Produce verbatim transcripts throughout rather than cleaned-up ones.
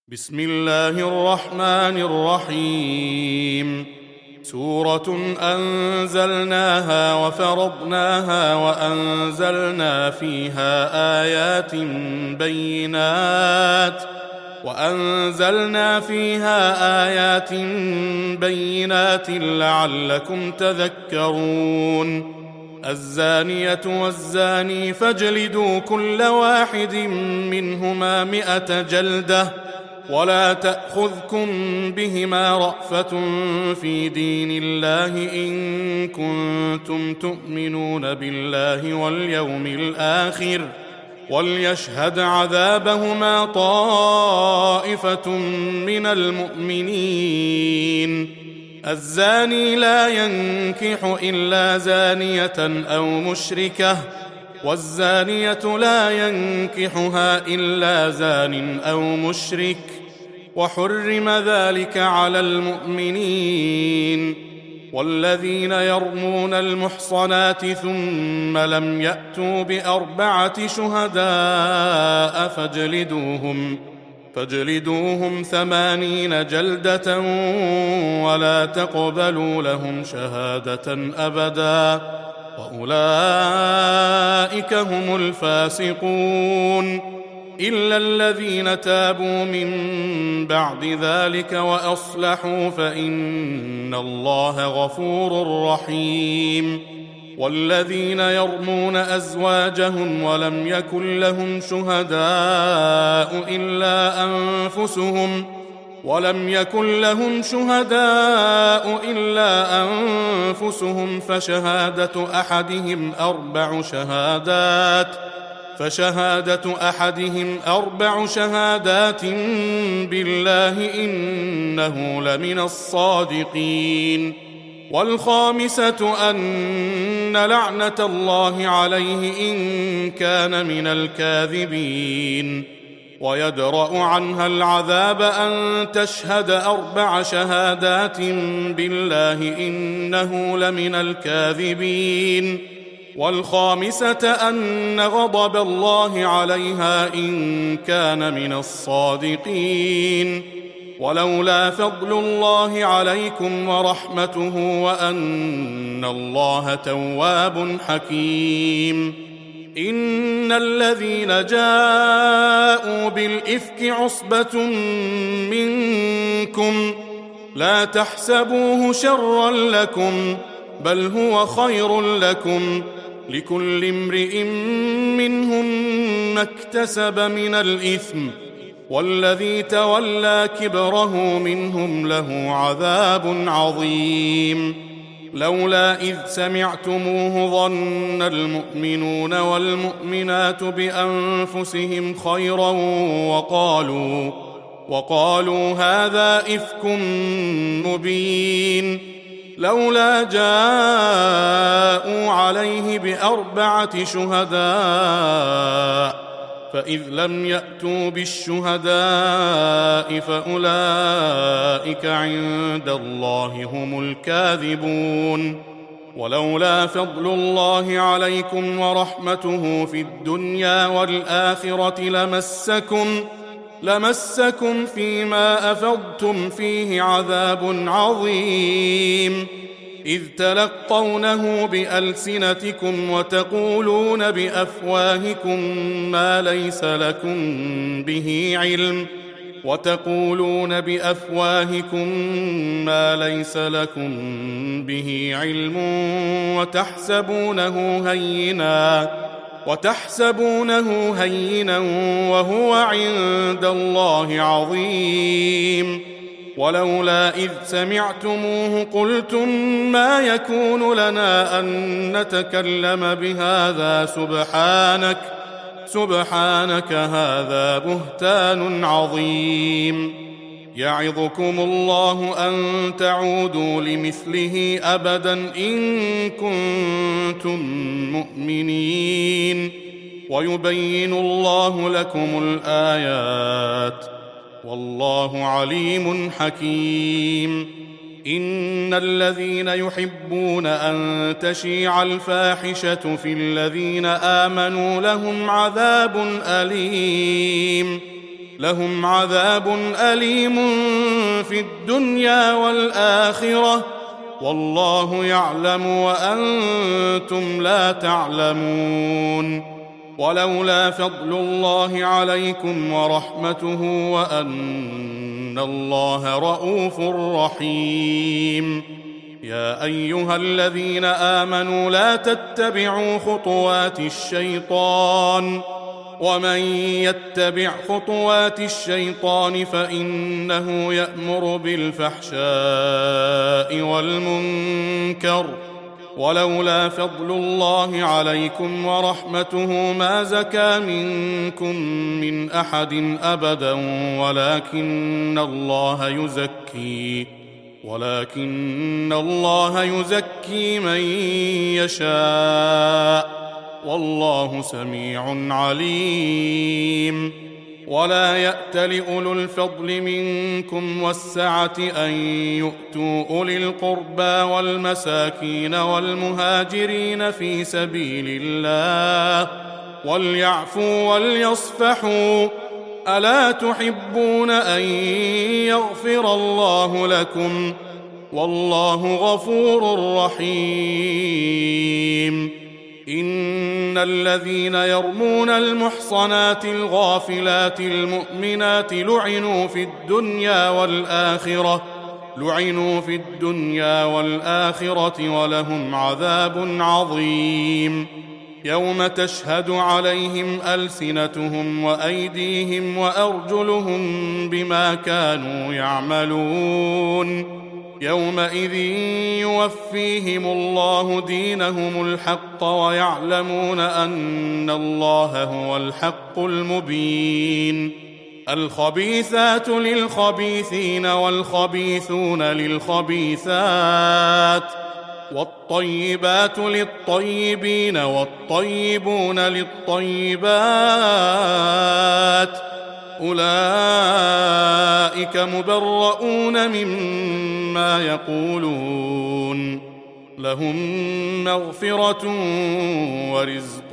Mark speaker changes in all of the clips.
Speaker 1: بسم الله الرحمن الرحيم. سورة أنزلناها وفرضناها وأنزلنا فيها آيات بينات وأنزلنا فيها آيات بينات لعلكم تذكرون. الزانية والزاني فاجلدوا كل واحد منهما مئة جلدة ولا تأخذكم بهما رأفة في دين الله إن كنتم تؤمنون بالله واليوم الآخر وليشهد عذابهما طائفة من المؤمنين. الزاني لا ينكح إلا زانية أو مشركة والزانية لا ينكحها إلا زان أو مشرك وحرم ذلك على المؤمنين. والذين يرمون المحصنات ثم لم يأتوا بأربعة شهداء فاجلدوهم فاجلدوهم ثمانين جلدة ولا تقبلوا لهم شهادة أبدا وأولئك هم الفاسقون إلا الذين تابوا من بعد ذلك وأصلحوا فإن الله غفور رحيم. والذين يرمون أزواجهم ولم يكن لهم شهداء إلا أنفسهم ولم يكن لهم شهداء إلا أنفسهم فشهادة أحدهم أربع شهادات فشهادة أحدهم أربع شهادات بالله إنه لمن الصادقين. والخامسة أن لعنة الله عليه إن كان من الكاذبين. ويدرأ عنها العذاب أن تشهد أربع شهادات بالله إنه لمن الكاذبين. والخامسة أن غضب الله عليها إن كان من الصادقين. ولولا فضل الله عليكم ورحمته وأن الله تواب حكيم. إن الذين جاءوا بالإفك عصبة منكم لا تحسبوه شرا لكم بل هو خير لكم لكل امرئ منهم ما اكتسب من الإثم والذي تولى كبره منهم له عذاب عظيم. لولا إذ سمعتموه ظن المؤمنون والمؤمنات بأنفسهم خيرا وقالوا وقالوا هذا إفك مبين. لولا جاءوا عليه بأربعة شهداء فإذ لم يأتوا بالشهداء فأولئك عند الله هم الكاذبون. ولولا فضل الله عليكم ورحمته في الدنيا والآخرة لمسكم لمسكم فيما أفضتم فيه عذاب عظيم إذ تلقونه بألسنتكم وتقولون بأفواهكم ما ليس لكم به علم وتقولون بأفواهكم ما ليس لكم به علم وتحسبونه هينا وتحسبونه هينا وهو عند الله عظيم. ولولا إذ سمعتموه قلتم ما يكون لنا أن نتكلم بهذا سبحانك سبحانك هذا بهتان عظيم. يعظكم الله أن تعودوا لمثله أبدا إن كنتم مؤمنين ويبين الله لكم الآيات والله عليم حكيم. إن الذين يحبون أن تشيع الفاحشة في الذين آمنوا لهم عذاب أليم لهم عذاب أليم في الدنيا والآخرة والله يعلم وأنتم لا تعلمون. ولولا فضل الله عليكم ورحمته وأن الله رءوف رحيم. يا أيها الذين آمنوا لا تتبعوا خطوات الشيطان ومن يتبع خطوات الشيطان فإنه يأمر بالفحشاء والمنكر ولولا فضل الله عليكم ورحمته ما زكى منكم من أحد أبدا ولكن الله يزكي ولكن الله يزكي من يشاء والله سميع عليم. ولا يأتل أولو الفضل منكم والسعة أن يؤتوا أولي القربى والمساكين والمهاجرين في سبيل الله وليعفوا وليصفحوا ألا تحبون أن يغفر الله لكم والله غفور رحيم. إن الذين يرمون المحصنات الغافلات المؤمنات لعنوا في الدنيا والآخرة لعنوا في الدنيا والآخرة ولهم عذاب عظيم. يوم تشهد عليهم ألسنتهم وأيديهم وأرجلهم بما كانوا يعملون يومئذ يوفيهم الله دينهم الحق ويعلمون أن الله هو الحق المبين. الخبيثات للخبيثين والخبيثون للخبيثات والطيبات للطيبين والطيبون للطيبات أولئك مبرؤون مما يقولون لهم مغفرة ورزق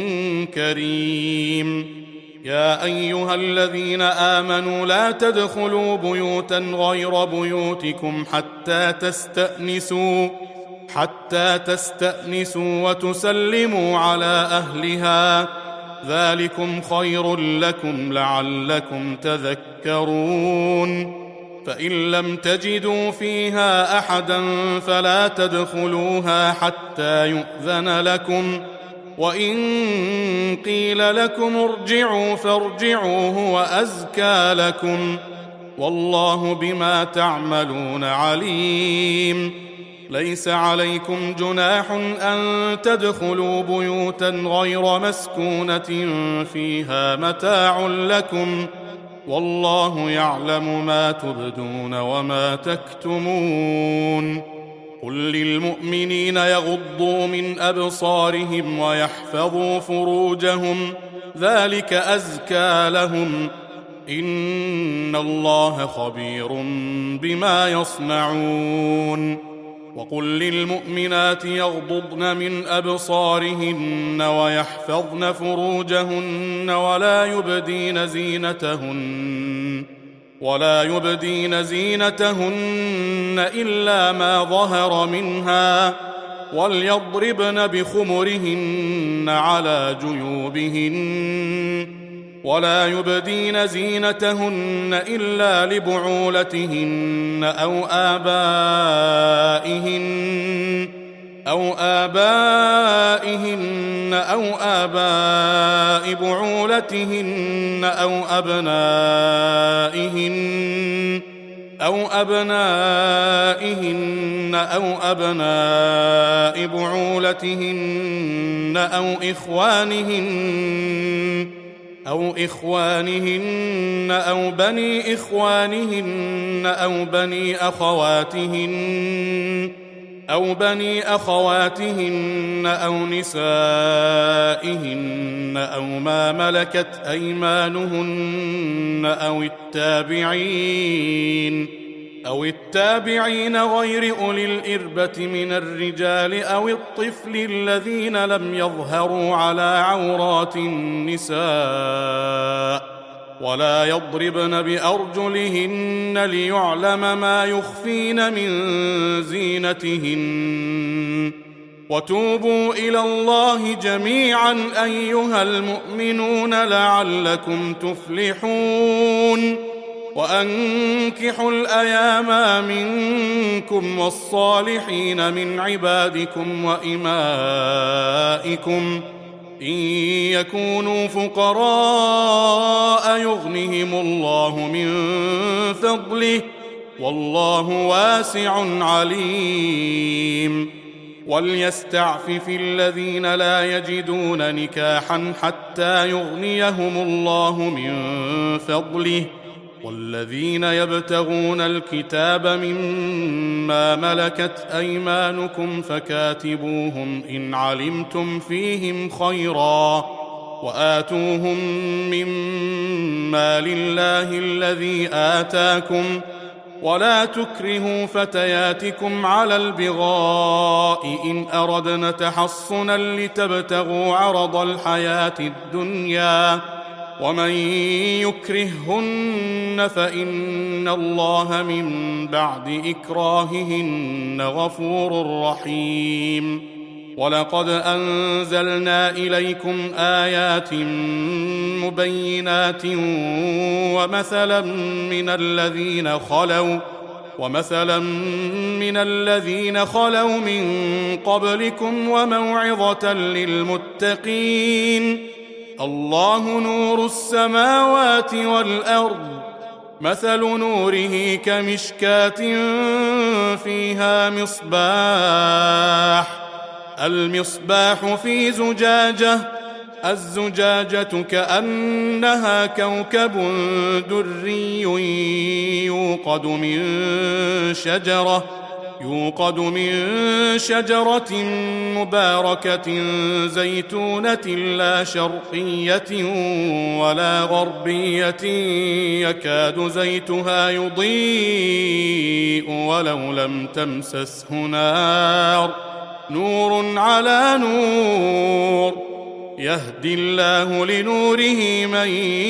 Speaker 1: كريم. يا أيها الذين آمنوا لا تدخلوا بيوتا غير بيوتكم حتى تستأنسوا حتى تستأنسوا وتسلموا على أهلها ذلكم خير لكم لعلكم تذكرون. فإن لم تجدوا فيها أحدا فلا تدخلوها حتى يؤذن لكم وإن قيل لكم ارجعوا فارجعوا هو أزكى لكم والله بما تعملون عليم. ليس عليكم جناح أن تدخلوا بيوتا غير مسكونة فيها متاع لكم والله يعلم ما تبدون وما تكتمون. قل للمؤمنين يغضوا من أبصارهم ويحفظوا فروجهم ذلك أزكى لهم إن الله خبير بما يصنعون. وقل للمؤمنات يغضضن من أبصارهن ويحفظن فروجهن ولا يبدين زينتهن ولا يبدين زينتهن إلا ما ظهر منها وليضربن بخمرهن على جيوبهن ولا يبدين زينتهن إلا لبعولتهن أو آبائهن أو آبائهن أو آباء بعولتهن أو أبنائهن أو أبنائهن أو أبناء بعولتهن أو إخوانهن أو إخوانهن أو بني إخوانهن أو بني أخواتهن أو بني أخواتهن أو نسائهن أو ما ملكت أيمانهن أو التابعين أو التابعين غير أولي الإربة من الرجال أو الطفل الذين لم يظهروا على عورات النساء ولا يضربن بأرجلهن ليعلم ما يخفين من زينتهن وتوبوا إلى الله جميعا أيها المؤمنون لعلكم تفلحون وأنكحوا الأيام منكم والصالحين من عبادكم وإمائكم إن يكونوا فقراء يغنهم الله من فضله والله واسع عليم وليستعفف الذين لا يجدون نكاحا حتى يغنيهم الله من فضله والذين يبتغون الكتاب مما ملكت أيمانكم فكاتبوهم إن علمتم فيهم خيرا وآتوهم مما لله الذي آتاكم ولا تكرهوا فتياتكم على البغاء إن أردنا تحصنا لتبتغوا عرض الحياة الدنيا ومن يكرههن فإن الله من بعد إكراههن غفور رحيم ولقد أنزلنا إليكم آيات مبينات ومثلا من الذين خلوا ومثلا من الذين خلوا من قبلكم وموعظة للمتقين الله نور السماوات والأرض مثل نوره كمشكاة فيها مصباح المصباح في زجاجة الزجاجة كأنها كوكب دري يوقد من شجرة يوقد من شجرة مباركة زيتونة لا شرقية ولا غربية يكاد زيتها يضيء ولو لم تمسسه نار نور على نور يهدي الله لنوره من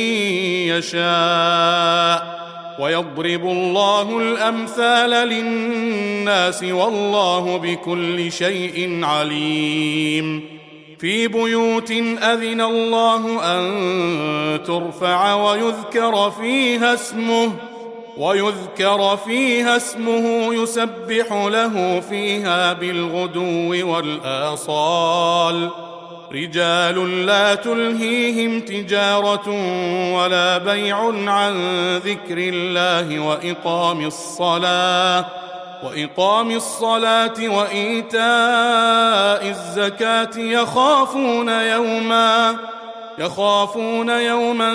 Speaker 1: يشاء ويضرب الله الأمثال للناس والله بكل شيء عليم في بيوت أذن الله أن ترفع ويذكر فيها اسمه ويذكر فيها اسمه يسبح له فيها بالغدو والآصال رجال لا تلهيهم تجارة ولا بيع عن ذكر الله وإقام الصلاة وإقام الصلاة وإيتاء الزكاة يخافون يوما يخافون يوما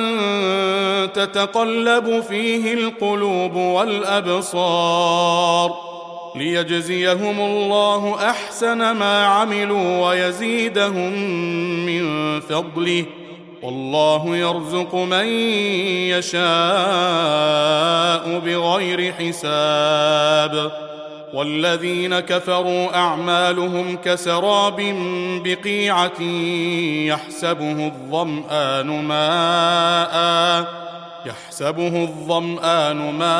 Speaker 1: تتقلب فيه القلوب والأبصار ليجزيهم الله أحسن ما عملوا ويزيدهم من فضله والله يرزق من يشاء بغير حساب والذين كفروا أعمالهم كسراب بقيعة يحسبه الظمآن ماءً يحسبه الظمآن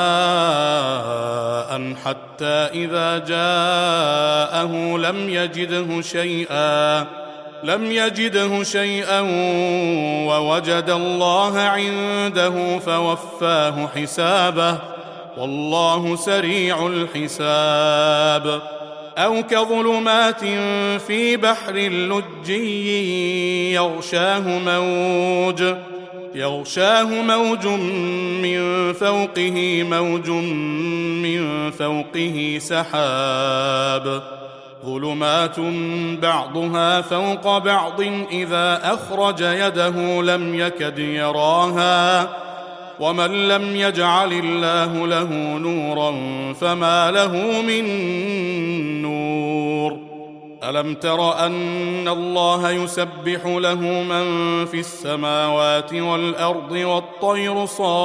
Speaker 1: ماء حتى إذا جاءه لم يجده شيئا لم يجده شيئا ووجد الله عنده فوفاه حسابه والله سريع الحساب أو كظلمات في بحر لجي يغشاه موج يغشاه موج من فوقه موج من فوقه سحاب ظلمات بعضها فوق بعض إذا أخرج يده لم يكد يراها ومن لم يجعل الله له نورا فما له من نور ألم تر أن الله يسبح له من في السماوات والأرض والطير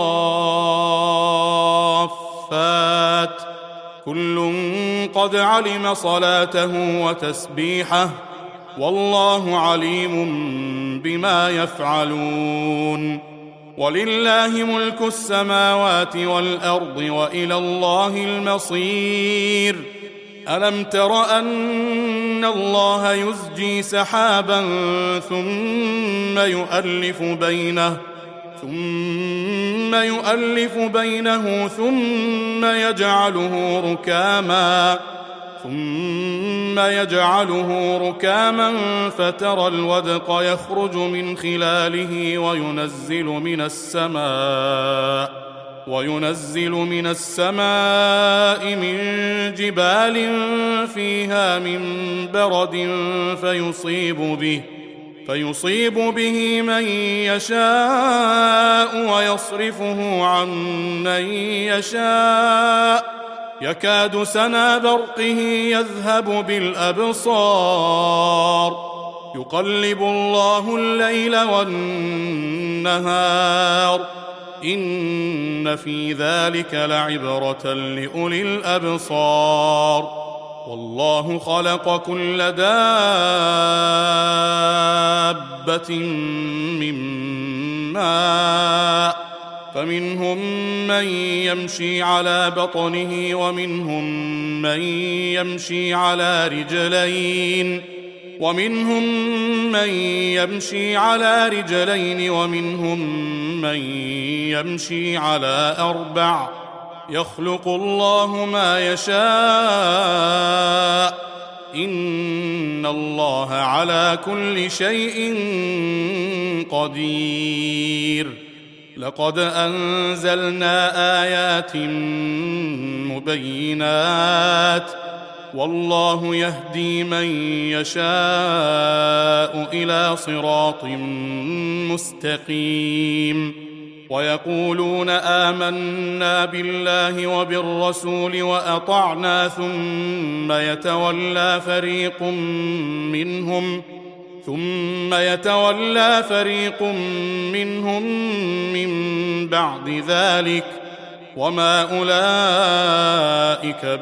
Speaker 1: صافات كل قد علم صلاته وتسبيحه والله عليم بما يفعلون ولله ملك السماوات والأرض وإلى الله المصير. ألم تر أن الله يزجي سحابا ثم يؤلف بينه ثم يؤلف بينه ثم يجعله ركاما ثم يجعله ركاما فترى الودق يخرج من خلاله وينزل من السماء وينزل من السماء من جبال فيها من برد فيصيب به فيصيب به من يشاء ويصرفه عن من يشاء يكاد سنا برقه يذهب بالأبصار يقلب الله الليل والنهار إن في ذلك لعبرة لأولي الأبصار. والله خلق كل دابة من ماء فمنهم من يمشي على بطنه ومنهم من يمشي على رجلين ومنهم من يمشي على رجلين ومنهم من يمشي على أربع يخلق الله ما يشاء إن الله على كل شيء قدير. لقد أنزلنا آيات مبينات والله يهدي من يشاء إلى صراط مستقيم. ويقولون آمنا بالله وبالرسول وأطعنا ثم يتولى فريق منهم ثم يتولى فريق منهم من بعد ذلك وما أولئك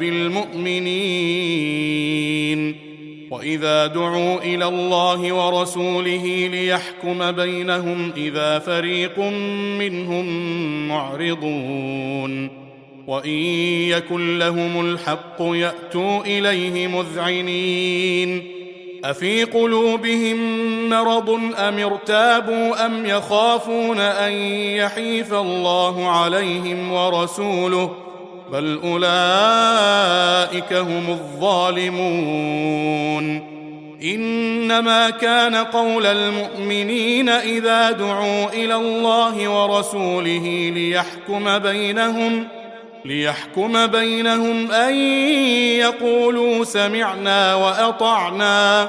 Speaker 1: بالمؤمنين. وإذا دعوا إلى الله ورسوله ليحكم بينهم إذا فريق منهم معرضون وإن يكن لهم الحق يأتوا إليه مذعنين أفي قلوبهم مرض أم ارتابوا أم يخافون أن يحيف الله عليهم ورسوله بل أولئك هم الظالمون. إنما كان قول المؤمنين إذا دعوا إلى الله ورسوله ليحكم بينهم ليحكم بينهم أن يقولوا سمعنا وأطعنا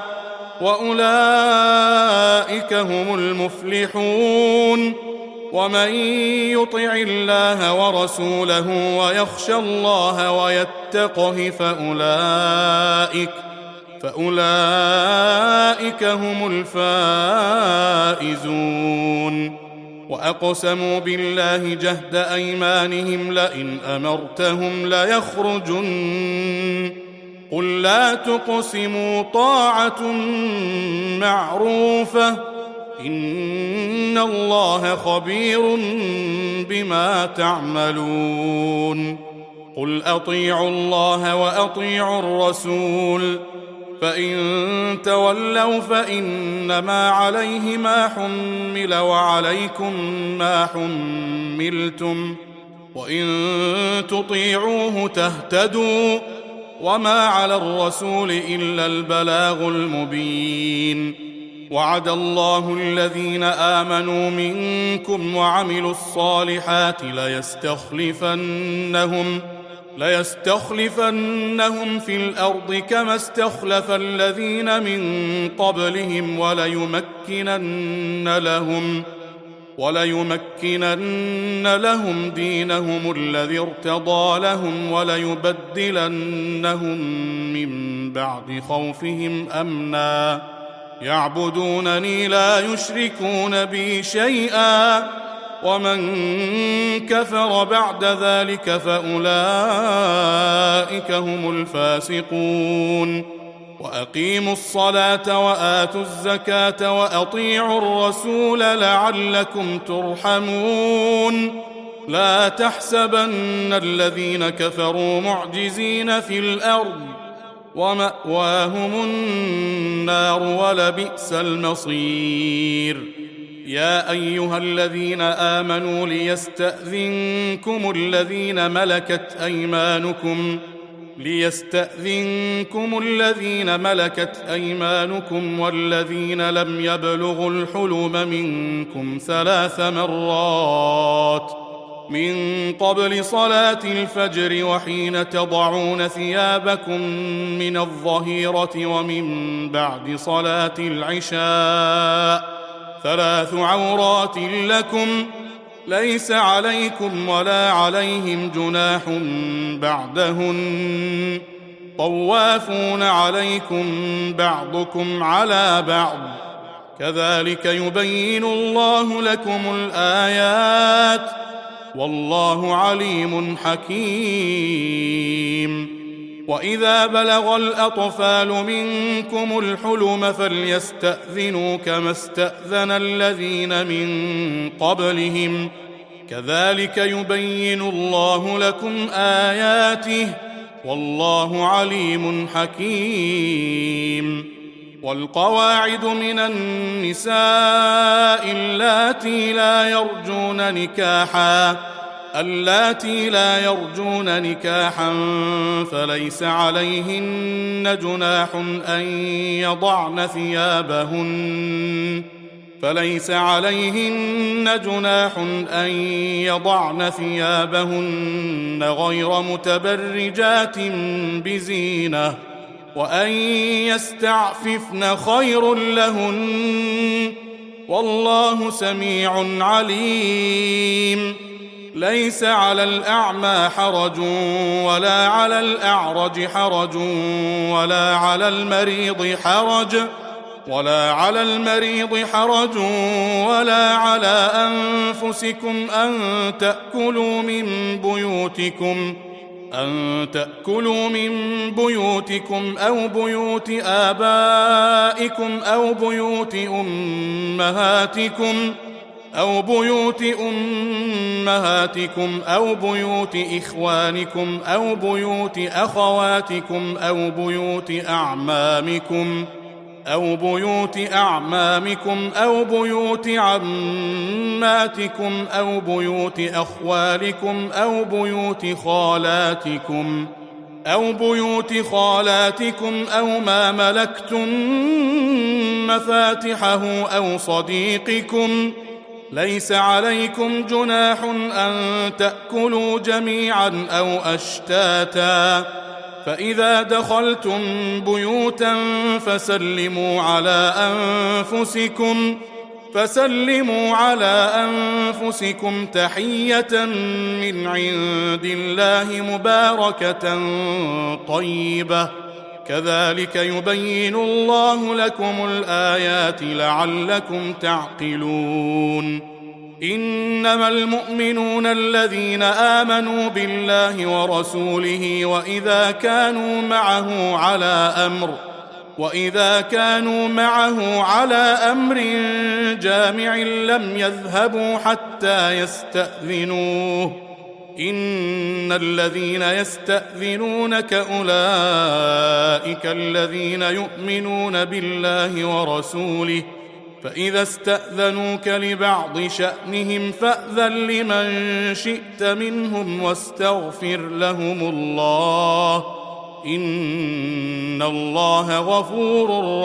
Speaker 1: وأولئك هم المفلحون. ومن يطع الله ورسوله ويخشى الله ويتقه فأولئك فأولئك هم الفائزون. وأقسموا بالله جهد أيمانهم لئن أمرتهم ليخرجن قل لا تقسموا طاعة معروفة إن الله خبير بما تعملون. قل أطيعوا الله وأطيعوا الرسول فإن تولوا فإنما عليه ما حمل وعليكم ما حملتم وإن تطيعوه تهتدوا وما على الرسول إلا البلاغ المبين. وعد الله الذين آمنوا منكم وعملوا الصالحات ليستخلفنهم ليستخلفنهم في الأرض كما استخلف الذين من قبلهم وليمكنن لهم وليمكنن لهم دينهم الذي ارتضى لهم وليبدلنهم من بعد خوفهم أمنا يعبدونني لا يشركون بي شيئا ومن كفر بعد ذلك فأولئك هم الفاسقون. وأقيموا الصلاة وآتوا الزكاة وأطيعوا الرسول لعلكم ترحمون لا تحسبن الذين كفروا معجزين في الأرض ومأواهم النار ولبئس المصير يا أيها الذين آمنوا ليستأذنكم الذين ملكت أيمانكم ليستأذنكم الذين ملكت أيمانكم والذين لم يبلغوا الحلم منكم ثلاث مرات من قبل صلاة الفجر وحين تضعون ثيابكم من الظهيرة ومن بعد صلاة العشاء ثلاث عورات لكم ليس عليكم ولا عليهم جناح بعدهن طوافون عليكم بعضكم على بعض كذلك يبين الله لكم الآيات والله عليم حكيم وإذا بلغ الأطفال منكم الحلم فليستأذنوا كما استأذن الذين من قبلهم كذلك يبين الله لكم آياته والله عليم حكيم والقواعد من النساء اللاتي لا يرجون نكاحا اللاتي لا يرجون نكاحا فليس عليهن جناح أن يضعن ثيابهن فليس عليهن جناح أن يضعن ثيابهن غير متبرجات بزينة وأن يستعففن خير لهن والله سميع عليم ليس على الأعمى حرج ولا على الأعرج حرج ولا على المريض حرج ولا على المريض حرج ولا على أنفسكم أن تأكلوا من بيوتكم أن تأكلوا من بيوتكم أو بيوت آبائكم أو بيوت أمهاتكم أو بيوت أمهاتكم أو بيوت إخوانكم أو بيوت أخواتكم أو بيوت أعمامكم أو بيوت أعمامكم أو بيوت عماتكم أو بيوت أخوالكم أو بيوت خالاتكم أو بيوت خالاتكم أو ما ملكتم مفاتحه أو صديقكم ليس عليكم جناح أن تأكلوا جميعا أو أشتاتا فإذا دخلتم بيوتا فسلموا على أنفسكم فسلموا على أنفسكم تحية من عند الله مباركة طيبة كذلك يبين الله لكم الآيات لعلكم تعقلون إنما المؤمنون الذين آمنوا بالله ورسوله وإذا كانوا معه على أمر وإذا كانوا معه على أمر جامع لم يذهبوا حتى يستأذنوه إن الذين يستأذنونك أولئك الذين يؤمنون بالله ورسوله فإذا استأذنوك لبعض شأنهم فأذن لمن شئت منهم واستغفر لهم الله إن الله غفور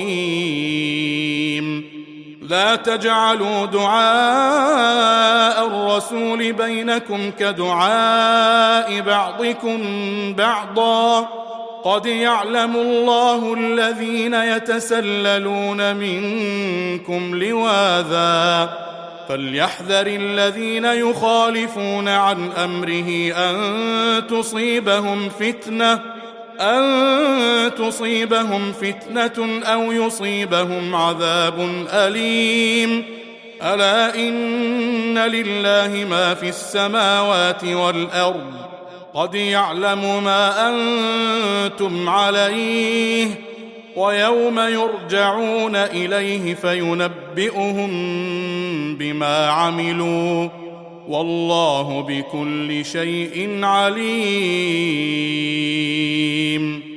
Speaker 1: رحيم لا تجعلوا دعاء الرسول بينكم كدعاء بعضكم بعضا قد يعلم الله الذين يتسللون منكم لواذا فليحذر الذين يخالفون عن أمره أن تصيبهم فتنة أن تصيبهم فتنة أو يصيبهم عذاب أليم ألا إن لله ما في السماوات والأرض قد يعلم ما أنتم عليه ويوم يرجعون إليه فينبئهم بما عملوا والله بكل شيء عليم.